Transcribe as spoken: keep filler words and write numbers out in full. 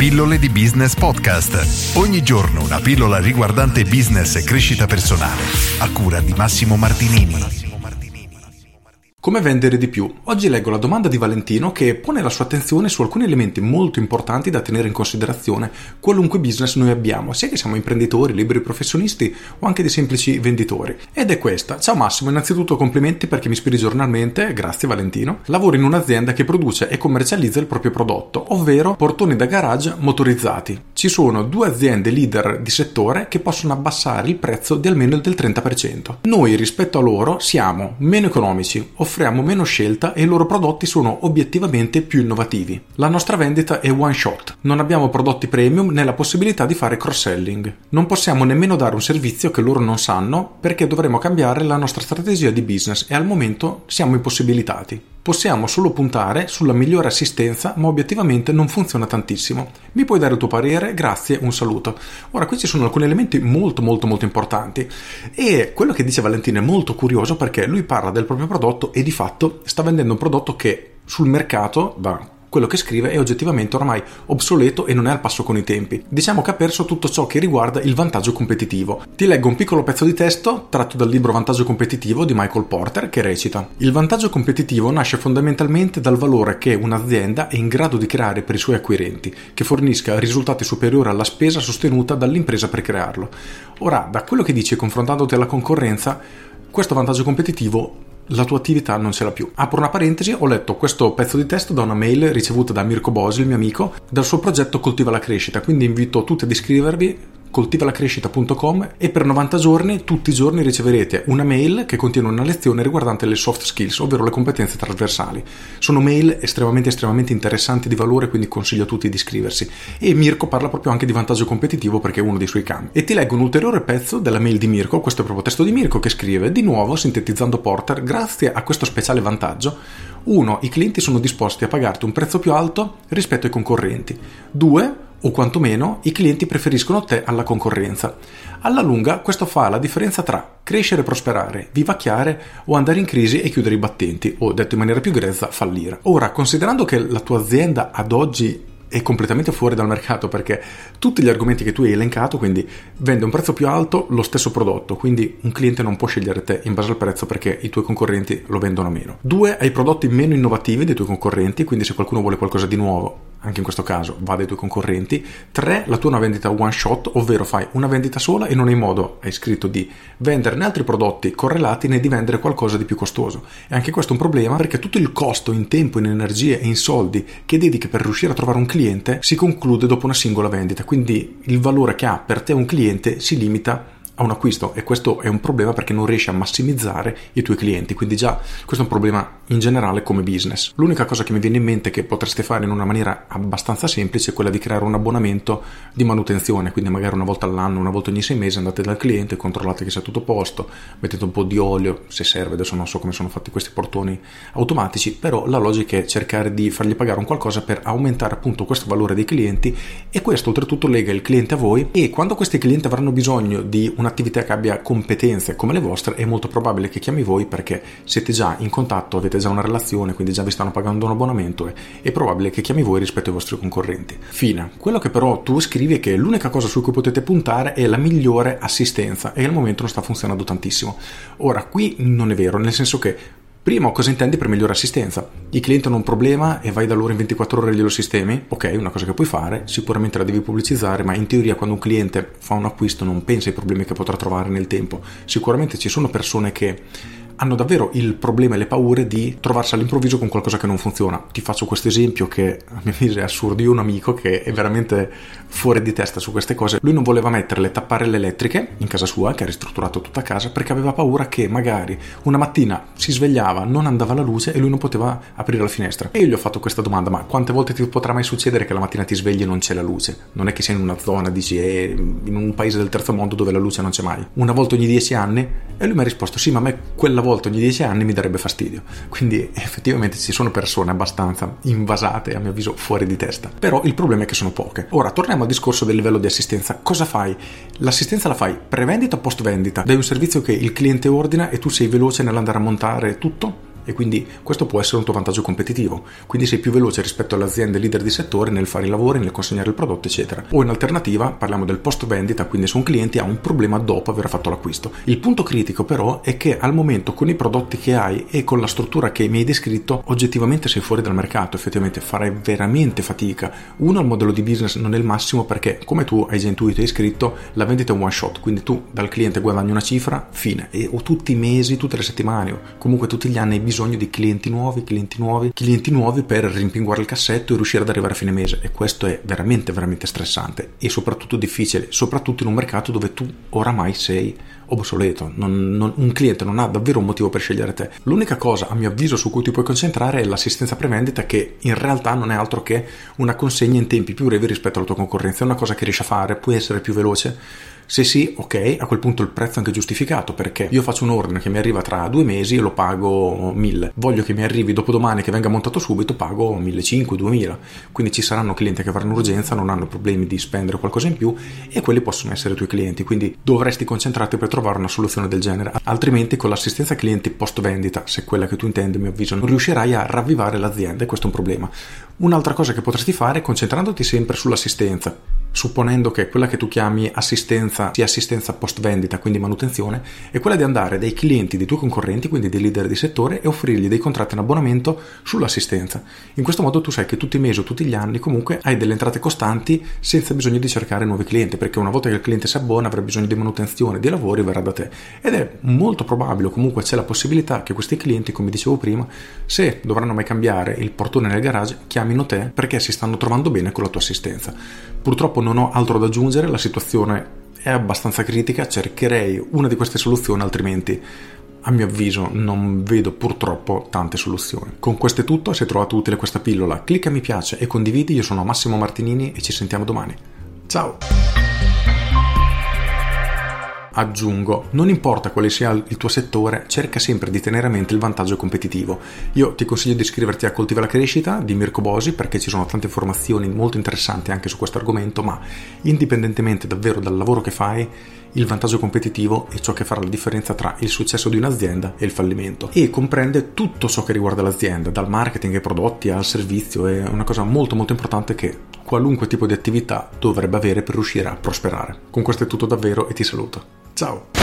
Pillole di Business Podcast. Ogni giorno una pillola riguardante business e crescita personale. A cura di Massimo Martinini. Come vendere di più? Oggi leggo la domanda di Valentino che pone la sua attenzione su alcuni elementi molto importanti da tenere in considerazione qualunque business noi abbiamo, sia che siamo imprenditori, liberi professionisti o anche dei semplici venditori. Ed è questa. Ciao Massimo, innanzitutto complimenti perché mi ispiri giornalmente, grazie Valentino. Lavoro in un'azienda che produce e commercializza il proprio prodotto, ovvero portoni da garage motorizzati. Ci sono due aziende leader di settore che possono abbassare il prezzo di almeno del trenta per cento. Noi rispetto a loro siamo meno economici, offriamo meno scelta e i loro prodotti sono obiettivamente più innovativi. La nostra vendita è one shot, non abbiamo prodotti premium né la possibilità di fare cross-selling. Non possiamo nemmeno dare un servizio che loro non sanno perché dovremo cambiare la nostra strategia di business e al momento siamo impossibilitati. Possiamo solo puntare sulla migliore assistenza, ma obiettivamente non funziona tantissimo. Mi puoi dare il tuo parere? Grazie, un saluto. Ora, qui ci sono alcuni elementi molto molto molto importanti e quello che dice Valentino è molto curioso perché lui parla del proprio prodotto e di fatto sta vendendo un prodotto che sul mercato, da quello che scrive, è oggettivamente ormai obsoleto e non è al passo con i tempi. Diciamo che ha perso tutto ciò che riguarda il vantaggio competitivo. Ti leggo un piccolo pezzo di testo tratto dal libro Vantaggio competitivo di Michael Porter che recita: il vantaggio competitivo nasce fondamentalmente dal valore che un'azienda è in grado di creare per i suoi acquirenti, che fornisca risultati superiori alla spesa sostenuta dall'impresa per crearlo. Ora, da quello che dici confrontandoti alla concorrenza, questo vantaggio competitivo la tua attività non ce l'ha più. Apro una parentesi, ho letto questo pezzo di testo da una mail ricevuta da Mirko Bosi, il mio amico, dal suo progetto Coltiva la Crescita, quindi invito tutti ad iscrivervi coltiva la crescita punto com e per novanta giorni, tutti i giorni riceverete una mail che contiene una lezione riguardante le soft skills, ovvero le competenze trasversali. Sono mail estremamente estremamente interessanti di valore, quindi consiglio a tutti di iscriversi. E Mirko parla proprio anche di vantaggio competitivo perché è uno dei suoi campi. E ti leggo un ulteriore pezzo della mail di Mirko, questo è proprio testo di Mirko che scrive, di nuovo sintetizzando Porter, grazie a questo speciale vantaggio: uno, i clienti sono disposti a pagarti un prezzo più alto rispetto ai concorrenti. due, o quantomeno i clienti preferiscono te alla concorrenza. Alla lunga questo fa la differenza tra crescere e prosperare, vivacchiare o andare in crisi e chiudere i battenti, o detto in maniera più grezza, fallire. Ora, considerando che la tua azienda ad oggi è completamente fuori dal mercato perché tutti gli argomenti che tu hai elencato, quindi vende un prezzo più alto lo stesso prodotto, quindi un cliente non può scegliere te in base al prezzo perché i tuoi concorrenti lo vendono meno. Due, hai prodotti meno innovativi dei tuoi concorrenti, quindi se qualcuno vuole qualcosa di nuovo, anche in questo caso va dai tuoi concorrenti. Tre, la tua è una vendita one shot, ovvero fai una vendita sola e non hai modo, hai scritto, di venderne altri prodotti correlati né di vendere qualcosa di più costoso. E anche questo è un problema perché tutto il costo in tempo, in energie e in soldi che dedichi per riuscire a trovare un cliente si conclude dopo una singola vendita, quindi il valore che ha per te un cliente si limita a un acquisto e questo è un problema perché non riesci a massimizzare i tuoi clienti, quindi già questo è un problema in generale come business. L'unica cosa che mi viene in mente che potreste fare in una maniera abbastanza semplice è quella di creare un abbonamento di manutenzione, quindi magari una volta all'anno, una volta ogni sei mesi andate dal cliente, controllate che sia tutto a posto, mettete un po' di olio se serve, adesso non so come sono fatti questi portoni automatici, però la logica è cercare di fargli pagare un qualcosa per aumentare appunto questo valore dei clienti e questo oltretutto lega il cliente a voi e quando questi clienti avranno bisogno di un'attività che abbia competenze come le vostre è molto probabile che chiami voi perché siete già in contatto, avete già una relazione, quindi già vi stanno pagando un abbonamento e è probabile che chiami voi rispetto ai vostri concorrenti. Fine. Quello che però tu scrivi è che l'unica cosa su cui potete puntare è la migliore assistenza e al momento non sta funzionando tantissimo. Ora, qui non è vero, nel senso che primo, cosa intendi per migliore assistenza? I clienti hanno un problema e vai da loro in ventiquattro ore e glielo sistemi? Ok, è una cosa che puoi fare, sicuramente la devi pubblicizzare, ma in teoria quando un cliente fa un acquisto non pensa ai problemi che potrà trovare nel tempo. Sicuramente ci sono persone che hanno davvero il problema e le paure di trovarsi all'improvviso con qualcosa che non funziona. Ti faccio questo esempio che a mio avviso è assurdo. Io ho un amico che è veramente fuori di testa su queste cose. Lui non voleva metterle tappare le elettriche in casa sua, che ha ristrutturato tutta casa, perché aveva paura che magari una mattina si svegliava, non andava la luce e lui non poteva aprire la finestra. E io gli ho fatto questa domanda: ma quante volte ti potrà mai succedere che la mattina ti svegli e non c'è la luce? Non è che sei in una zona, dici, è in un paese del terzo mondo dove la luce non c'è mai. Una volta ogni dieci anni? E lui mi ha risposto: sì, ma a me quella volta ogni dieci anni mi darebbe fastidio. Quindi effettivamente ci sono persone abbastanza invasate, a mio avviso fuori di testa, però il problema è che sono poche. Ora torniamo al discorso del livello di assistenza. Cosa fai? L'assistenza la fai pre-vendita o post-vendita? Dai un servizio che il cliente ordina e tu sei veloce nell'andare a montare tutto? e quindi questo può essere un tuo vantaggio competitivo, quindi sei più veloce rispetto alle aziende leader di settore nel fare i lavori, nel consegnare il prodotto eccetera. O in alternativa parliamo del post vendita, quindi se un cliente ha un problema dopo aver fatto l'acquisto. Il punto critico però è che al momento con i prodotti che hai e con la struttura che mi hai descritto oggettivamente sei fuori dal mercato, effettivamente farai veramente fatica. Uno, il modello di business non è il massimo perché come tu hai già intuito e hai scritto la vendita è un one shot, quindi tu dal cliente guadagni una cifra, fine, e o tutti i mesi, tutte le settimane o comunque tutti gli anni hai bisogno di clienti nuovi, clienti nuovi, clienti nuovi per rimpinguare il cassetto e riuscire ad arrivare a fine mese, e questo è veramente veramente stressante e soprattutto difficile, soprattutto in un mercato dove tu oramai sei obsoleto, non, non, un cliente non ha davvero un motivo per scegliere te. L'unica cosa a mio avviso su cui ti puoi concentrare è l'assistenza prevendita, che in realtà non è altro che una consegna in tempi più brevi rispetto alla tua concorrenza. È una cosa che riesci a fare, puoi essere più veloce. Se sì, ok, a quel punto il prezzo è anche giustificato, perché io faccio un ordine che mi arriva tra due mesi e lo pago mille, voglio che mi arrivi dopodomani, che venga montato subito, pago millecinquecento duemila, quindi ci saranno clienti che avranno urgenza, non hanno problemi di spendere qualcosa in più e quelli possono essere i tuoi clienti, quindi dovresti concentrarti per trovare una soluzione del genere, altrimenti con l'assistenza clienti post vendita, se quella che tu intendi, a mio avviso, non riuscirai a ravvivare l'azienda e questo è un problema. Un'altra cosa che potresti fare è concentrandoti sempre sull'assistenza, supponendo che quella che tu chiami assistenza sia assistenza post vendita, quindi manutenzione, è quella di andare dai clienti dei tuoi concorrenti, quindi dei leader di settore, e offrirgli dei contratti in abbonamento sull'assistenza. In questo modo tu sai che tutti i mesi o tutti gli anni comunque hai delle entrate costanti senza bisogno di cercare nuovi clienti, perché una volta che il cliente si abbona avrà bisogno di manutenzione, di lavori, verrà da te, ed è molto probabile, o comunque c'è la possibilità che questi clienti, come dicevo prima, se dovranno mai cambiare il portone nel garage, chiamino te perché si stanno trovando bene con la tua assistenza. Purtroppo non ho altro da aggiungere, la situazione è abbastanza critica, cercherei una di queste soluzioni, altrimenti a mio avviso non vedo purtroppo tante soluzioni. Con questo è tutto, se hai trovato utile questa pillola clicca mi piace e condividi. Io sono Massimo Martinini e ci sentiamo domani. Ciao! Aggiungo, non importa quale sia il tuo settore, cerca sempre di tenere a mente il vantaggio competitivo. Io ti consiglio di iscriverti a Coltiva la Crescita di Mirko Bosi, perché ci sono tante informazioni molto interessanti anche su questo argomento, ma indipendentemente davvero dal lavoro che fai, il vantaggio competitivo è ciò che farà la differenza tra il successo di un'azienda e il fallimento, e comprende tutto ciò che riguarda l'azienda, dal marketing ai prodotti al servizio. È una cosa molto molto importante che qualunque tipo di attività dovrebbe avere per riuscire a prosperare. Con questo è tutto davvero e ti saluto. Ciao!